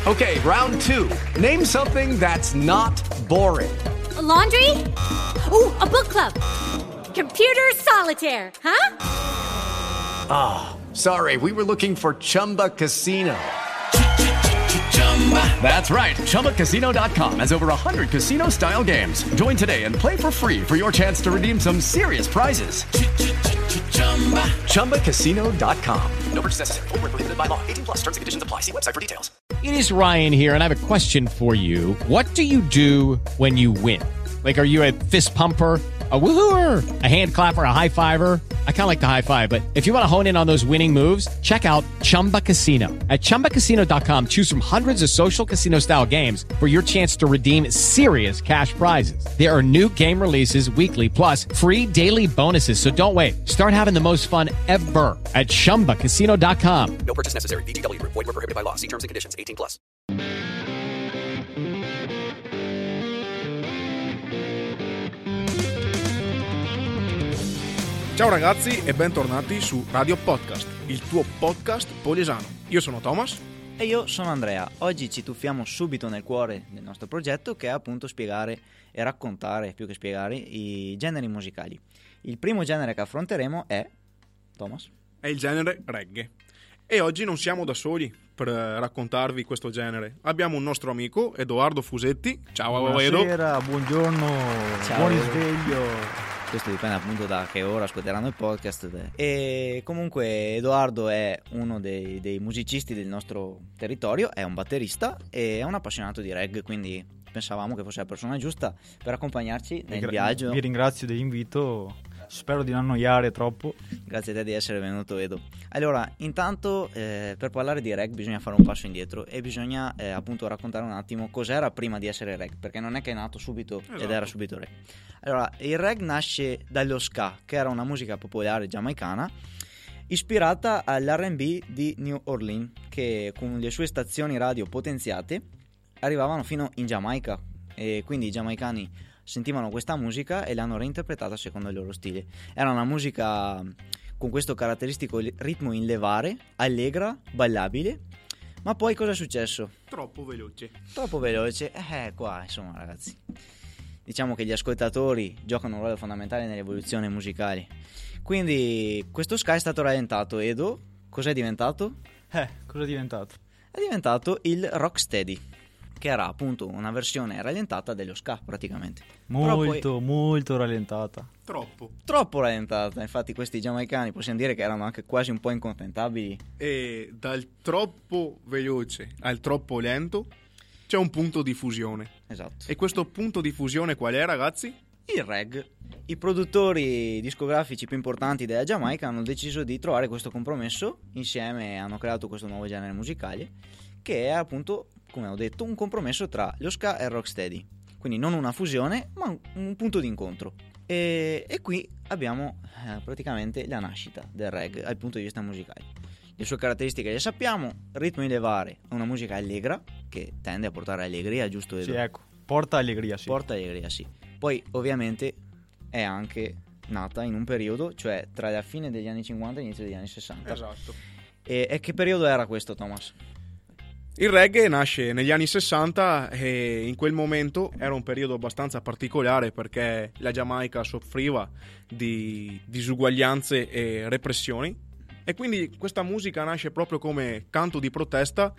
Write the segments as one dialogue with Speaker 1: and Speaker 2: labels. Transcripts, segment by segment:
Speaker 1: Okay, round 2. Name something that's not boring.
Speaker 2: A laundry? Ooh, a book club. Computer solitaire, huh?
Speaker 1: Ah, sorry, we were looking for Chumba Casino. That's right, ChumbaCasino.com has over 100 casino-style games. Join today and play for free for your chance to redeem some serious prizes. ChumbaCasino.com. No purchase necessary. Void where prohibited by law. 18 plus. Terms and conditions apply. See website for details.
Speaker 3: It is Ryan here, and I have a question for you. What do you do when you win? Like, are you a fist pumper, a woohooer, a hand clapper, a high fiver? I kind of like the high five, but if you want to hone in on those winning moves, check out Chumba Casino. At ChumbaCasino.com, choose from hundreds of social casino-style games for your chance to redeem serious cash prizes. There are new game releases weekly, plus free daily bonuses, so don't wait. Start having the most fun ever at ChumbaCasino.com.
Speaker 4: No purchase necessary. VGW Group. Void where prohibited by law. See terms and conditions. 18 plus.
Speaker 5: Ciao ragazzi e bentornati su Radio Podcast, il tuo podcast poliesano. Io sono Thomas.
Speaker 6: E io sono Andrea. Oggi ci tuffiamo subito nel cuore del nostro progetto, che è appunto spiegare e raccontare, più che spiegare, i generi musicali. Il primo genere che affronteremo è, Thomas?
Speaker 5: È il genere reggae. E oggi non siamo da soli per raccontarvi questo genere. Abbiamo un nostro amico, Edoardo Fusetti. Ciao Edo.
Speaker 7: Buonasera, buongiorno,
Speaker 6: Ciao.
Speaker 7: buon risveglio.
Speaker 6: Questo dipende appunto da che ora ascolteranno il podcast. E comunque Edoardo è uno dei musicisti del nostro territorio, è un batterista e è un appassionato di reggae, quindi pensavamo che fosse la persona giusta per accompagnarci nel viaggio.
Speaker 7: Vi ringrazio dell'invito, spero di non annoiare troppo.
Speaker 6: Grazie a te di essere venuto, Edo. Allora, intanto per parlare di reggae bisogna fare un passo indietro e bisogna appunto raccontare un attimo cos'era prima di essere reggae, perché non è che è nato subito ed era subito reggae. Allora, il reggae nasce dallo ska, che era una musica popolare giamaicana ispirata all'R&B di New Orleans, che con le sue stazioni radio potenziate arrivavano fino in Giamaica, e quindi i giamaicani sentivano questa musica e l'hanno reinterpretata secondo il loro stile. Era una musica con questo caratteristico ritmo in levare, allegra, ballabile. Ma poi cosa è successo?
Speaker 5: Troppo veloce.
Speaker 6: Troppo veloce. Qua insomma ragazzi, diciamo che gli ascoltatori giocano un ruolo fondamentale nell'evoluzione musicale. Quindi questo ska è stato rallentato. Edo, cos'è diventato?
Speaker 7: Cosa è diventato?
Speaker 6: È diventato il rocksteady, che era appunto una versione rallentata dello ska praticamente.
Speaker 7: Molto rallentata.
Speaker 5: Troppo
Speaker 6: rallentata. Infatti questi giamaicani possiamo dire che erano anche quasi un po' incontentabili.
Speaker 5: E dal troppo veloce al troppo lento c'è un punto di fusione.
Speaker 6: Esatto.
Speaker 5: E questo punto di fusione qual è, ragazzi?
Speaker 6: Il reggae. I produttori discografici più importanti della Giamaica hanno deciso di trovare questo compromesso, insieme hanno creato questo nuovo genere musicale, che è appunto, come ho detto, un compromesso tra lo ska e il rocksteady. Quindi non una fusione, ma un punto di incontro. E qui abbiamo praticamente la nascita del reggae dal punto di vista musicale. Le sue caratteristiche le sappiamo: ritmo in levare, una musica allegra che tende a portare allegria, giusto Edo?
Speaker 7: Sì, ecco, porta allegria, sì.
Speaker 6: Porta allegria, sì. Poi ovviamente è anche nata in un periodo, cioè tra la fine degli anni 50 e l'inizio degli anni 60.
Speaker 5: Esatto.
Speaker 6: E che periodo era questo, Thomas?
Speaker 5: Il reggae nasce negli anni 60 e in quel momento era un periodo abbastanza particolare perché la Giamaica soffriva di disuguaglianze e repressioni, e quindi questa musica nasce proprio come canto di protesta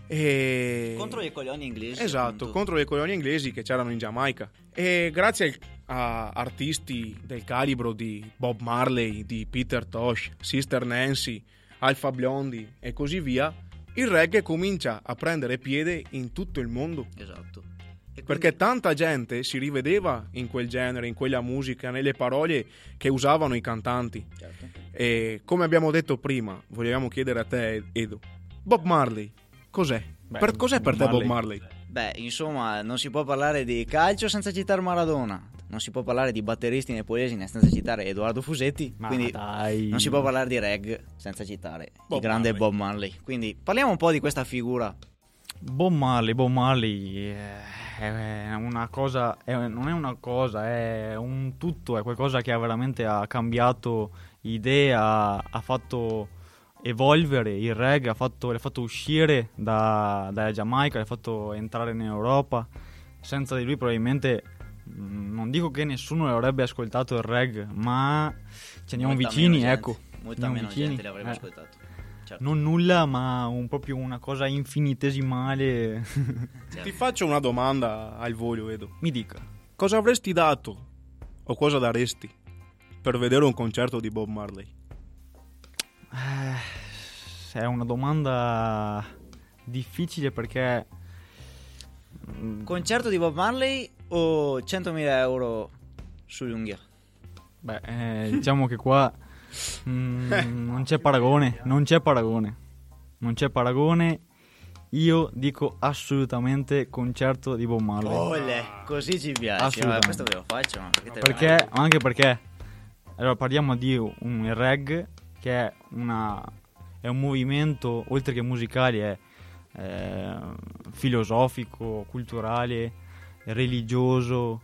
Speaker 6: contro le colonie inglesi.
Speaker 5: Esatto,
Speaker 6: appunto.
Speaker 5: contro le colonie inglesi che c'erano in Giamaica. E grazie a artisti del calibro di Bob Marley, di Peter Tosh, Sister Nancy, Alpha Blondy e così via, il reggae comincia a prendere piede in tutto il mondo.
Speaker 6: Esatto. E
Speaker 5: perché tanta gente si rivedeva in quel genere, in quella musica, nelle parole che usavano i cantanti.
Speaker 6: Certo.
Speaker 5: E come abbiamo detto prima, vogliamo chiedere a te, Edo, Bob Marley, cos'è? Cos'è per te Bob Marley?
Speaker 6: Beh, insomma, non si può parlare di calcio senza citare Maradona, non si può parlare di batteristi nepalesi senza citare Edoardo Fusetti, quindi
Speaker 7: dai,
Speaker 6: non si può parlare di reggae senza citare il grande
Speaker 5: Marley.
Speaker 6: Bob Marley. Quindi parliamo un po' di questa figura.
Speaker 7: Bob Marley è una cosa, non è una cosa, è un tutto, è qualcosa che veramente ha cambiato idea, ha fatto evolvere il reggae, l'ha fatto uscire dalla Giamaica, l'ha fatto entrare in Europa. Senza di lui probabilmente, non dico che nessuno avrebbe ascoltato il reggae, ma ci andiamo
Speaker 6: Molta
Speaker 7: vicini,
Speaker 6: meno gente,
Speaker 7: ecco.
Speaker 6: molta
Speaker 7: Andiamo
Speaker 6: meno
Speaker 7: vicini.
Speaker 6: gente l'avrebbe ascoltato. Certo.
Speaker 7: Non nulla, ma proprio una cosa infinitesimale.
Speaker 5: Ti faccio una domanda al volo, Edo.
Speaker 7: Mi dica.
Speaker 5: Cosa avresti dato o cosa daresti per vedere un concerto di Bob Marley?
Speaker 7: È una domanda difficile perché
Speaker 6: Concerto di Bob Marley o 100.000 euro sull'unghia?
Speaker 7: diciamo che qua non c'è paragone. Io dico assolutamente concerto di Bob Marley.
Speaker 6: Olè, così ci piace.
Speaker 7: Assolutamente.
Speaker 6: Questo ve lo faccio, ma
Speaker 7: Anche perché allora parliamo di un reggae che è un movimento, oltre che musicale, è filosofico, culturale, religioso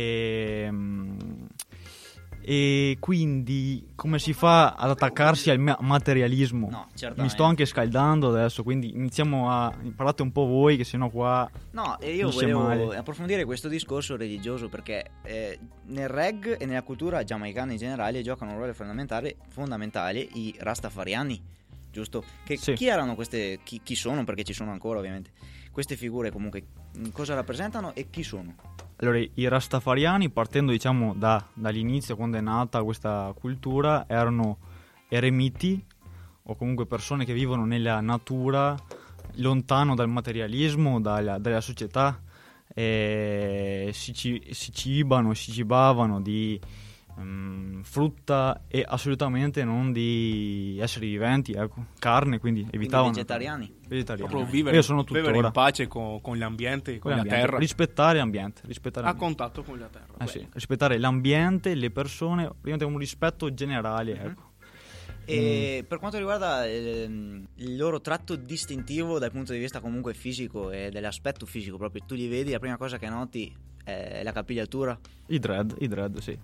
Speaker 7: e quindi come si fa ad attaccarsi al materialismo?
Speaker 6: No, certamente.
Speaker 7: Mi sto anche scaldando adesso, quindi parlate un po' voi, che sennò qua
Speaker 6: No, e io
Speaker 7: finisce
Speaker 6: volevo
Speaker 7: male.
Speaker 6: approfondire questo discorso religioso perché nel reggae e nella cultura giamaicana in generale giocano un ruolo fondamentale i Rastafariani, giusto? Che
Speaker 7: Sì.
Speaker 6: Chi erano queste, chi sono, perché ci sono ancora ovviamente, queste figure comunque, cosa rappresentano e chi sono?
Speaker 7: Allora, i Rastafariani, partendo diciamo dall'inizio, quando è nata questa cultura, erano eremiti o comunque persone che vivono nella natura, lontano dal materialismo, dalla società, e si cibavano di frutta e assolutamente non di esseri viventi, ecco, carne, quindi evitavano.
Speaker 6: vegetariani.
Speaker 5: Proprio vivere,
Speaker 7: Io sono
Speaker 5: vivere
Speaker 7: tuttora
Speaker 5: in pace con l'ambiente, con la
Speaker 7: l'ambiente.
Speaker 5: terra,
Speaker 7: rispettare l'ambiente,
Speaker 5: a contatto con la terra.
Speaker 7: sì, rispettare l'ambiente, le persone, ovviamente un rispetto generale, ecco.
Speaker 6: E per quanto riguarda il loro tratto distintivo dal punto di vista comunque fisico e dell'aspetto fisico, proprio tu li vedi, la prima cosa che noti è la capigliatura.
Speaker 7: I dread, sì.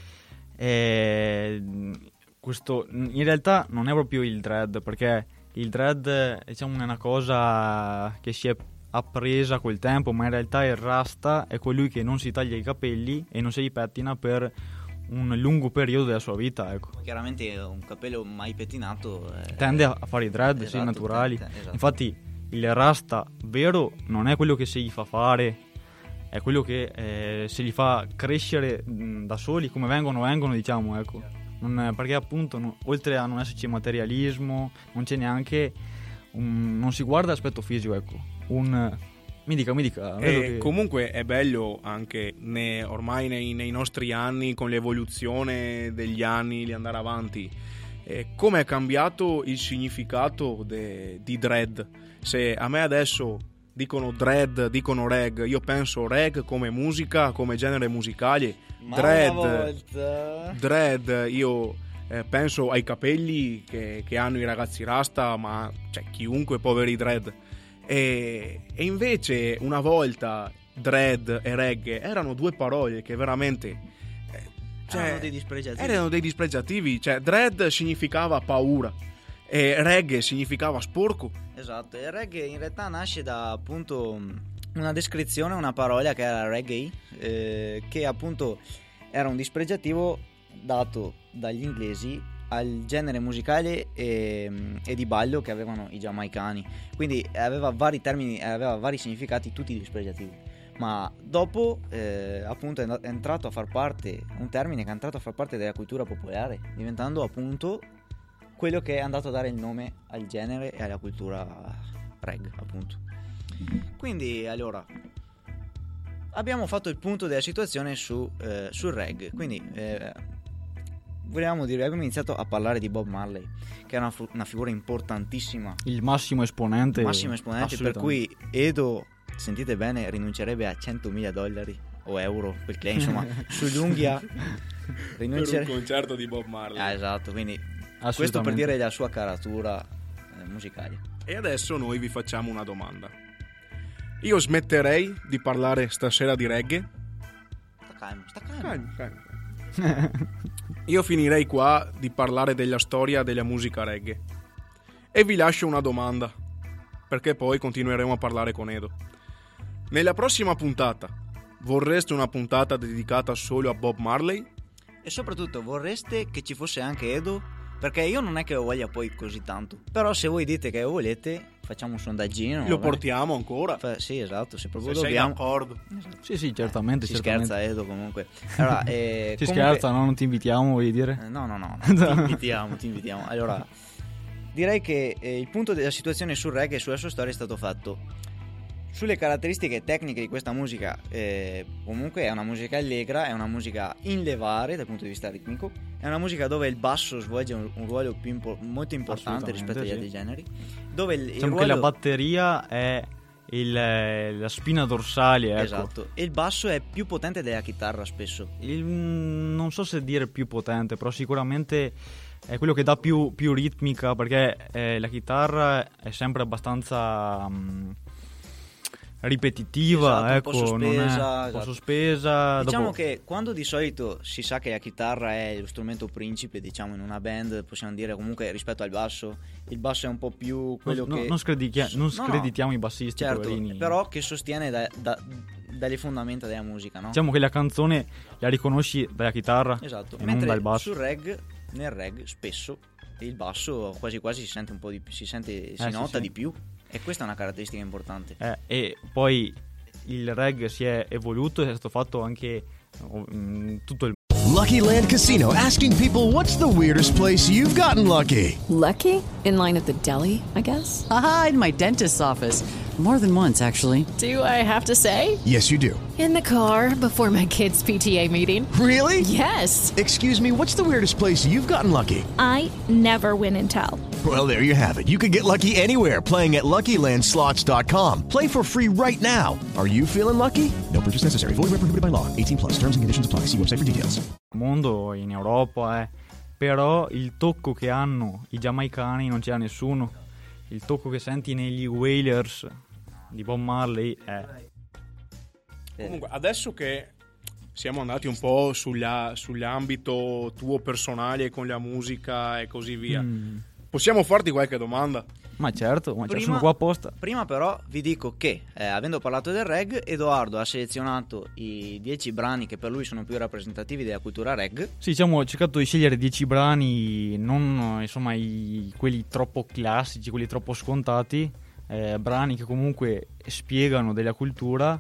Speaker 7: Questo in realtà non è proprio il dread, perché il dread, diciamo, è una cosa che si è appresa col tempo, ma in realtà il rasta è colui che non si taglia i capelli e non si li pettina per un lungo periodo della sua vita, ecco.
Speaker 6: Chiaramente un capello mai pettinato
Speaker 7: Tende a fare i dread, sì,
Speaker 6: esatto,
Speaker 7: naturali.
Speaker 6: esatto.
Speaker 7: Infatti il rasta vero non è quello che si gli fa fare, è quello che se li fa crescere da soli, come vengono, diciamo, ecco. Perché appunto oltre a non esserci materialismo, non c'è neanche non si guarda l'aspetto fisico, ecco. Mi dica. vedo che...
Speaker 5: Comunque è bello anche ormai nei nostri anni, con l'evoluzione degli anni, di andare avanti, come è cambiato il significato di dread. Se a me adesso dicono dread, dicono reg, io penso reg come musica, come genere musicale. Dread, io penso ai capelli che hanno i ragazzi rasta, ma cioè chiunque può avere i dread. E invece una volta dread e reggae erano due parole che veramente erano dei dispregiativi. Cioè dread significava paura e reggae significava sporco.
Speaker 6: Esatto, il reggae in realtà nasce da appunto una descrizione, una parola che era reggae, che appunto era un dispregiativo dato dagli inglesi al genere musicale e di ballo che avevano i giamaicani. Quindi aveva vari termini, aveva vari significati, tutti dispregiativi. Ma dopo appunto è entrato a far parte, un termine che è entrato a far parte della cultura popolare, diventando appunto quello che è andato a dare il nome al genere e alla cultura reggae, appunto. Quindi allora abbiamo fatto il punto della situazione sul reggae. Quindi abbiamo iniziato a parlare di Bob Marley, che era una figura importantissima,
Speaker 7: il massimo esponente
Speaker 6: per cui Edo, sentite bene, rinuncerebbe a $100.000 o euro, perché insomma sull'unghia
Speaker 5: Per un concerto di Bob Marley.
Speaker 6: esatto, quindi questo per dire la sua caratura musicale.
Speaker 5: E adesso noi vi facciamo una domanda. Io smetterei di parlare stasera di reggae.
Speaker 6: Sta calmo.
Speaker 5: Io finirei qua di parlare della storia della musica reggae. E vi lascio una domanda, perché poi continueremo a parlare con Edo. Nella prossima puntata, vorreste una puntata dedicata solo a Bob Marley?
Speaker 6: E soprattutto vorreste che ci fosse anche Edo? Perché io non è che lo voglia poi così tanto. Però se voi dite che lo volete, facciamo un sondaggino.
Speaker 5: Lo portiamo ancora?
Speaker 6: Sì, esatto, se proprio
Speaker 5: Se
Speaker 6: dobbiamo.
Speaker 5: sei d'accordo.
Speaker 7: Sì, certamente.
Speaker 6: Si scherza Edo comunque. Allora,
Speaker 7: Si scherza, no? Non ti invitiamo, vuoi dire?
Speaker 6: No, ti invitiamo. Allora, direi che il punto della situazione sul reggae e sulla sua storia è stato fatto. Sulle caratteristiche tecniche di questa musica, comunque è una musica allegra, è una musica in levare dal punto di vista ritmico, è una musica dove il basso svolge un ruolo molto importante rispetto agli altri generi. Dove
Speaker 7: diciamo che la batteria è la spina dorsale, ecco.
Speaker 6: Esatto, e il basso è più potente della chitarra spesso.
Speaker 7: Non so se dire più potente, però sicuramente è quello che dà più ritmica, perché la chitarra è sempre abbastanza ripetitiva,
Speaker 6: esatto,
Speaker 7: ecco,
Speaker 6: un po'
Speaker 7: sospesa.
Speaker 6: Diciamo
Speaker 7: dopo...
Speaker 6: che quando di solito si sa che la chitarra è lo strumento principe, diciamo, in una band, possiamo dire comunque rispetto al basso, il basso è un po' più quello che...
Speaker 7: Non screditiamo i bassisti,
Speaker 6: certo,
Speaker 7: poverini.
Speaker 6: però che sostiene dalle fondamenta della musica, no?
Speaker 7: Diciamo che la canzone la riconosci dalla chitarra,
Speaker 6: esatto,
Speaker 7: e
Speaker 6: mentre
Speaker 7: non dal basso.
Speaker 6: nel reggae spesso il basso quasi si sente un po' si nota
Speaker 7: sì.
Speaker 6: di più. E questa è una caratteristica importante.
Speaker 7: E poi il reggae si è evoluto e è stato fatto anche tutto il
Speaker 8: Lucky Land Casino, asking people, what's the weirdest place you've gotten lucky?
Speaker 9: Lucky? In line at the deli, I guess?
Speaker 10: Aha, in my dentist's office. More than once, actually.
Speaker 9: Do I have to say?
Speaker 8: Yes, you do.
Speaker 9: In the car before my kids' PTA meeting.
Speaker 8: Really?
Speaker 9: Yes.
Speaker 8: Excuse me, what's the weirdest place you've gotten lucky?
Speaker 11: I never win and tell.
Speaker 8: Well, there you have it. You can get lucky anywhere, playing at LuckyLandSlots.com. Play for free right now. Are you feeling lucky? No purchase necessary. Void where prohibited by law. 18+. Terms and conditions apply. See website for details.
Speaker 7: Mondo, in Europa, però il tocco che hanno i giamaicani non c'è nessuno. Il tocco che senti negli Wailers di Bob Marley è...
Speaker 5: Comunque, adesso che siamo andati un po' sull'ambito tuo personale con la musica e così via, possiamo farti qualche domanda?
Speaker 7: Ma certo, sono qua apposta.
Speaker 6: Prima però vi dico che, avendo parlato del reggae, Edoardo ha selezionato i 10 brani che per lui sono più rappresentativi della cultura reggae.
Speaker 7: Sì, diciamo, ho cercato di scegliere 10 brani, non insomma quelli troppo classici, quelli troppo scontati, brani che comunque spiegano della cultura,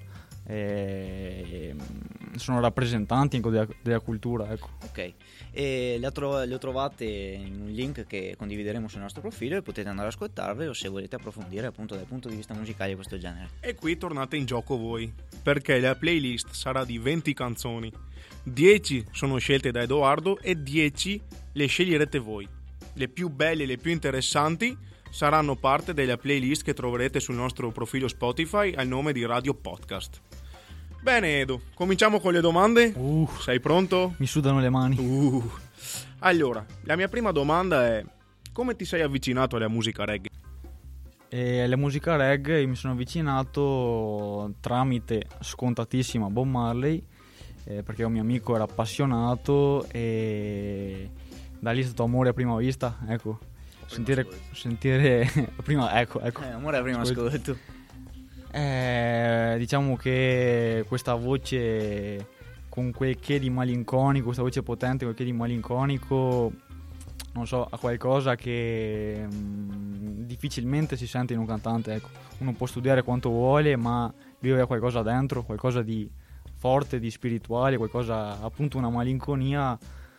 Speaker 7: sono rappresentanti della cultura, ecco.
Speaker 6: Ok, e le trovate in un link che condivideremo sul nostro profilo e potete andare ad ascoltarvelo se volete approfondire appunto dal punto di vista musicale di questo genere.
Speaker 5: E qui tornate in gioco voi, perché la playlist sarà di 20 canzoni, 10 sono scelte da Edoardo e 10 le sceglierete voi. Le più belle, le più interessanti saranno parte della playlist che troverete sul nostro profilo Spotify al nome di Radio Podcast. Bene Edo, cominciamo con le domande? Sei pronto?
Speaker 7: Mi sudano le mani.
Speaker 5: Allora, la mia prima domanda è: come ti sei avvicinato alla musica reggae?
Speaker 7: Alla musica reggae mi sono avvicinato tramite, scontatissima, Bob Marley, perché un mio amico era appassionato e da lì è stato amore a prima vista, ecco. Sentire prima, ecco.
Speaker 6: Amore a prima ascolto.
Speaker 7: Diciamo che questa voce con quel che di malinconico, questa voce potente, quel che di malinconico, non so, ha qualcosa che difficilmente si sente in un cantante, ecco. Uno può studiare quanto vuole, ma lui aveva qualcosa dentro, qualcosa di forte, di spirituale, qualcosa, appunto, una malinconia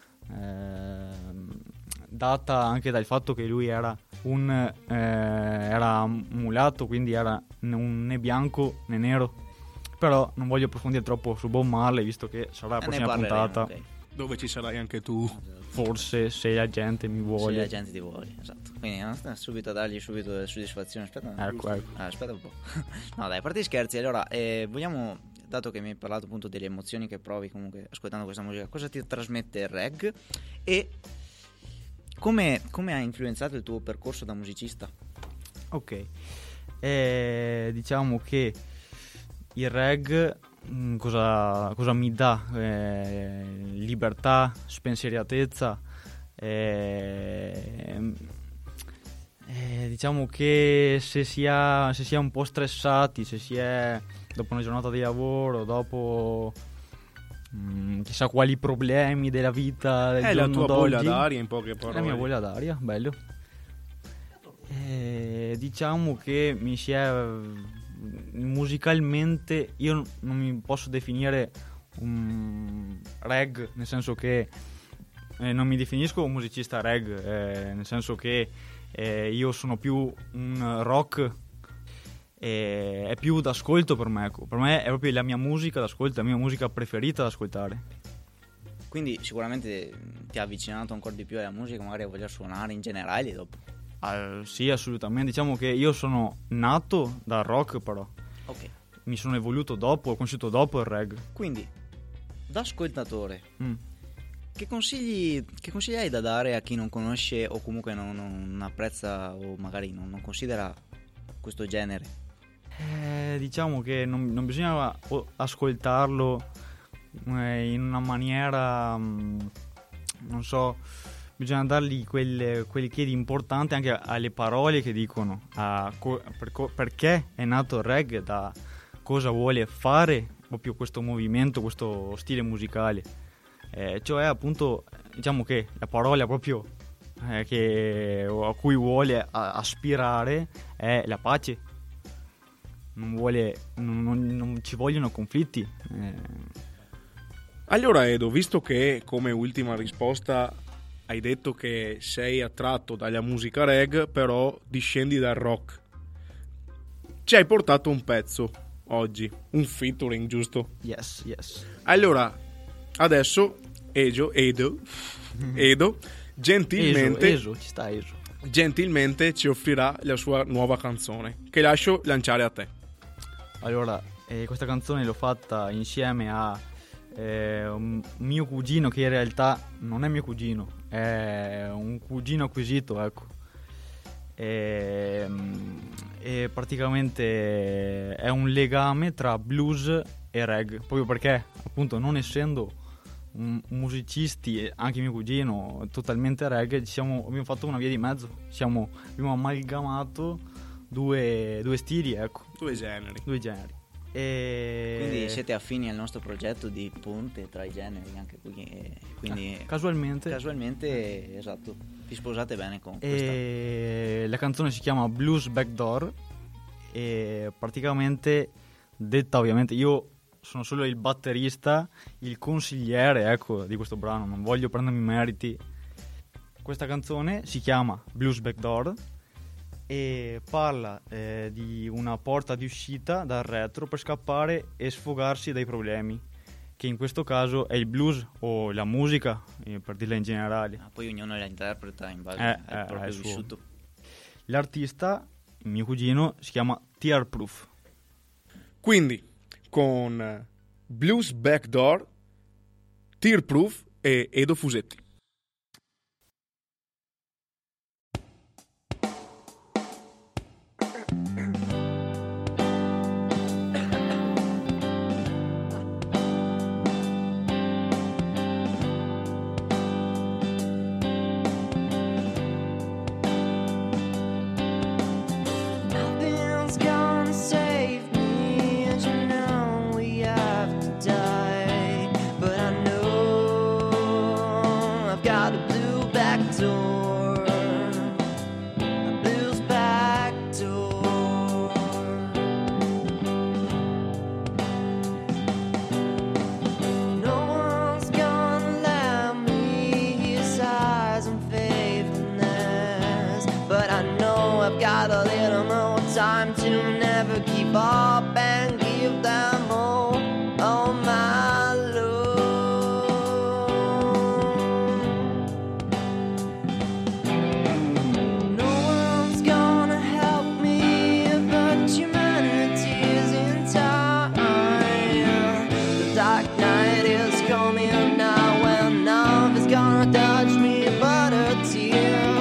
Speaker 7: data anche dal fatto che lui era era mulatto, quindi era né bianco né nero. Però non voglio approfondire troppo su Bob Marley, visto che sarà la prossima puntata,
Speaker 6: okay,
Speaker 5: dove ci sarai anche tu,
Speaker 7: forse, se la gente mi vuole.
Speaker 6: Se la gente ti vuole, esatto. Quindi subito a dargli subito soddisfazione.
Speaker 7: Ecco.
Speaker 6: Aspetta un po'. No dai, a parte gli scherzi. Allora, vogliamo, dato che mi hai parlato appunto delle emozioni che provi comunque ascoltando questa musica, cosa ti trasmette il reggae e come ha influenzato il tuo percorso da musicista?
Speaker 7: Ok, diciamo che il reggae cosa mi dà? Libertà, spensieratezza, Diciamo che se si è un po' stressati, se si è dopo una giornata di lavoro, dopo chissà quali problemi della vita del giorno
Speaker 5: la tua
Speaker 7: d'oggi,
Speaker 5: voglia d'aria, in poche parole.
Speaker 7: la mia voglia d'aria, bello. Diciamo che mi si è musicalmente, io non mi posso definire un reg, nel senso che non mi definisco un musicista reg, nel senso che io sono più un rock, è più d'ascolto per me. Per me è proprio la mia musica d'ascolto, la mia musica preferita da ascoltare.
Speaker 6: Quindi sicuramente ti ha avvicinato ancora di più alla musica, magari a voler suonare in generale dopo.
Speaker 7: Sì, assolutamente. Diciamo che io sono nato dal rock, però
Speaker 6: Ok.
Speaker 7: mi sono evoluto dopo, ho conosciuto dopo il reg.
Speaker 6: Quindi, da ascoltatore, che consigli hai da dare a chi non conosce o comunque non apprezza o magari non considera questo genere?
Speaker 7: Diciamo che non bisogna ascoltarlo in una maniera, non so, bisogna dargli quel che è di importante anche alle parole che dicono, perché è nato il reggae, da cosa vuole fare proprio questo movimento, questo stile musicale. Cioè appunto, diciamo che la parola proprio a cui vuole aspirare è la pace. Non ci vogliono conflitti.
Speaker 5: Allora Edo, visto che come ultima risposta hai detto che sei attratto dalla musica reg, però discendi dal rock, ci hai portato un pezzo oggi, un featuring, giusto?
Speaker 7: Yes.
Speaker 5: Allora, adesso Edo gentilmente
Speaker 7: ci sta Eso.
Speaker 5: Gentilmente ci offrirà la sua nuova canzone, che lascio lanciare a te.
Speaker 7: Allora, questa canzone l'ho fatta insieme a un mio cugino, che in realtà non è mio cugino, è un cugino acquisito, ecco. E praticamente è un legame tra blues e reggae, proprio perché appunto, non essendo musicisti, anche mio cugino totalmente reggae, abbiamo fatto una via di mezzo, abbiamo amalgamato due stili, ecco, due generi.
Speaker 6: Quindi siete affini al nostro progetto di ponte tra i generi, anche qui, quindi casualmente, esatto, vi sposate bene con questa.
Speaker 7: La canzone si chiama Blues Backdoor e praticamente, detta ovviamente, io sono solo il batterista, il consigliere, ecco, di questo brano, non voglio prendermi meriti. Questa canzone si chiama Blues Backdoor e parla di una porta di uscita dal retro per scappare e sfogarsi dai problemi, che in questo caso è il blues o la musica, per dirla in generale.
Speaker 6: Poi ognuno la interpreta in base al proprio vissuto.
Speaker 7: L'artista, il mio cugino, si chiama Tearproof.
Speaker 5: Quindi con Blues Backdoor, Tearproof e Edo Fusetti.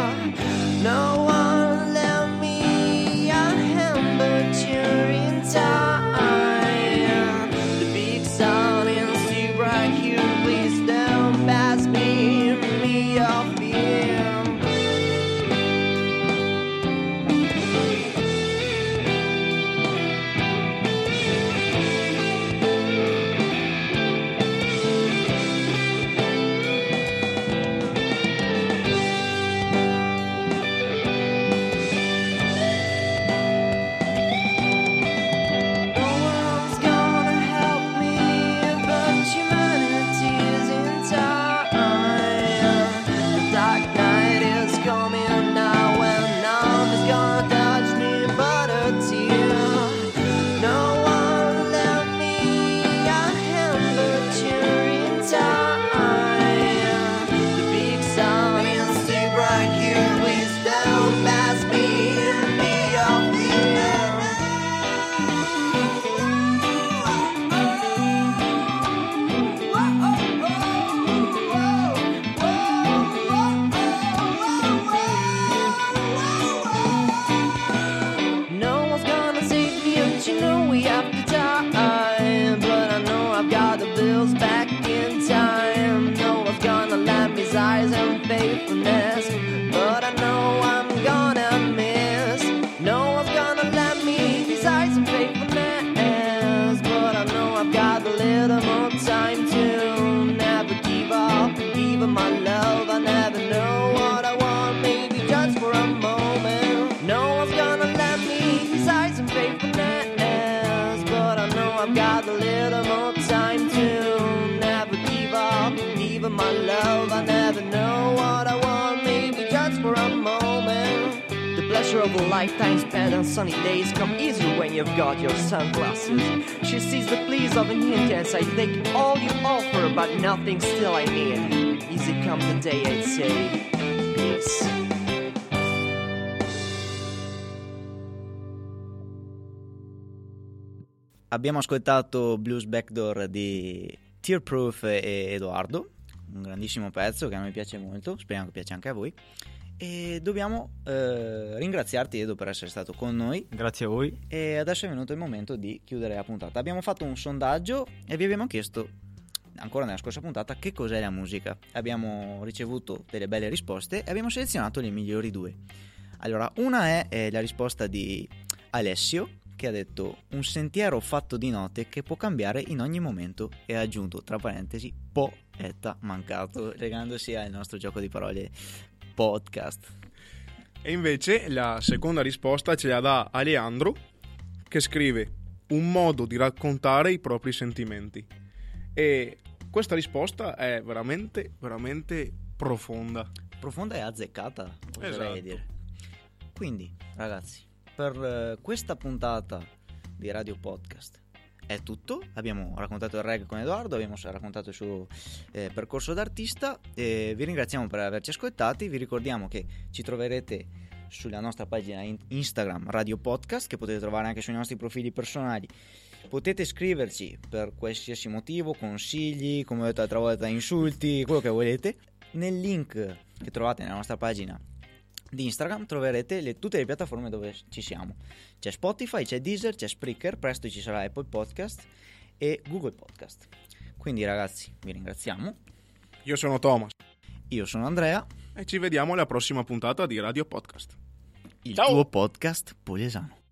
Speaker 12: No one left me a hand, but you're in time. I've got a little more time to never give up. Even my love, I never know what I want. Maybe just for a moment. The pleasure of a lifetime spent on sunny days come easier when you've got your sunglasses. She sees the pleas of an intense. I take all you offer, but nothing still I need. Easy come the day I'd say peace.
Speaker 6: Abbiamo ascoltato Blues Backdoor di Tearproof e Edoardo, un grandissimo pezzo che a me piace molto, speriamo che piace anche a voi. E dobbiamo ringraziarti, Edo, per essere stato con noi.
Speaker 7: Grazie a voi.
Speaker 6: E adesso è venuto il momento di chiudere la puntata. Abbiamo fatto un sondaggio e vi abbiamo chiesto, ancora nella scorsa puntata, che cos'è la musica. Abbiamo ricevuto delle belle risposte e abbiamo selezionato le migliori due. Allora, una è la risposta di Alessio, che ha detto un sentiero fatto di note che può cambiare in ogni momento, e ha aggiunto tra parentesi poeta mancato, legandosi al nostro gioco di parole podcast.
Speaker 5: E invece la seconda risposta ce la dà Aleandro, che scrive un modo di raccontare i propri sentimenti. E questa risposta è veramente profonda
Speaker 6: e azzeccata, oserei
Speaker 5: esatto.
Speaker 6: dire. Quindi ragazzi, per questa puntata di Radio Podcast è tutto. Abbiamo raccontato il reggae con Edoardo, abbiamo raccontato il suo percorso d'artista, e vi ringraziamo per averci ascoltati. Vi ricordiamo che ci troverete sulla nostra pagina Instagram Radio Podcast, che potete trovare anche sui nostri profili personali. Potete scriverci per qualsiasi motivo, consigli, come ho detto l'altra volta, insulti, quello che volete. Nel link che trovate nella nostra pagina di Instagram troverete tutte le piattaforme dove ci siamo. C'è Spotify, c'è Deezer, c'è Spreaker, presto ci sarà Apple Podcast e Google Podcast. Quindi ragazzi, vi ringraziamo.
Speaker 5: Io sono Thomas.
Speaker 6: Io sono Andrea.
Speaker 5: E ci vediamo alla prossima puntata di Radio Podcast.
Speaker 6: Il tuo podcast polesano.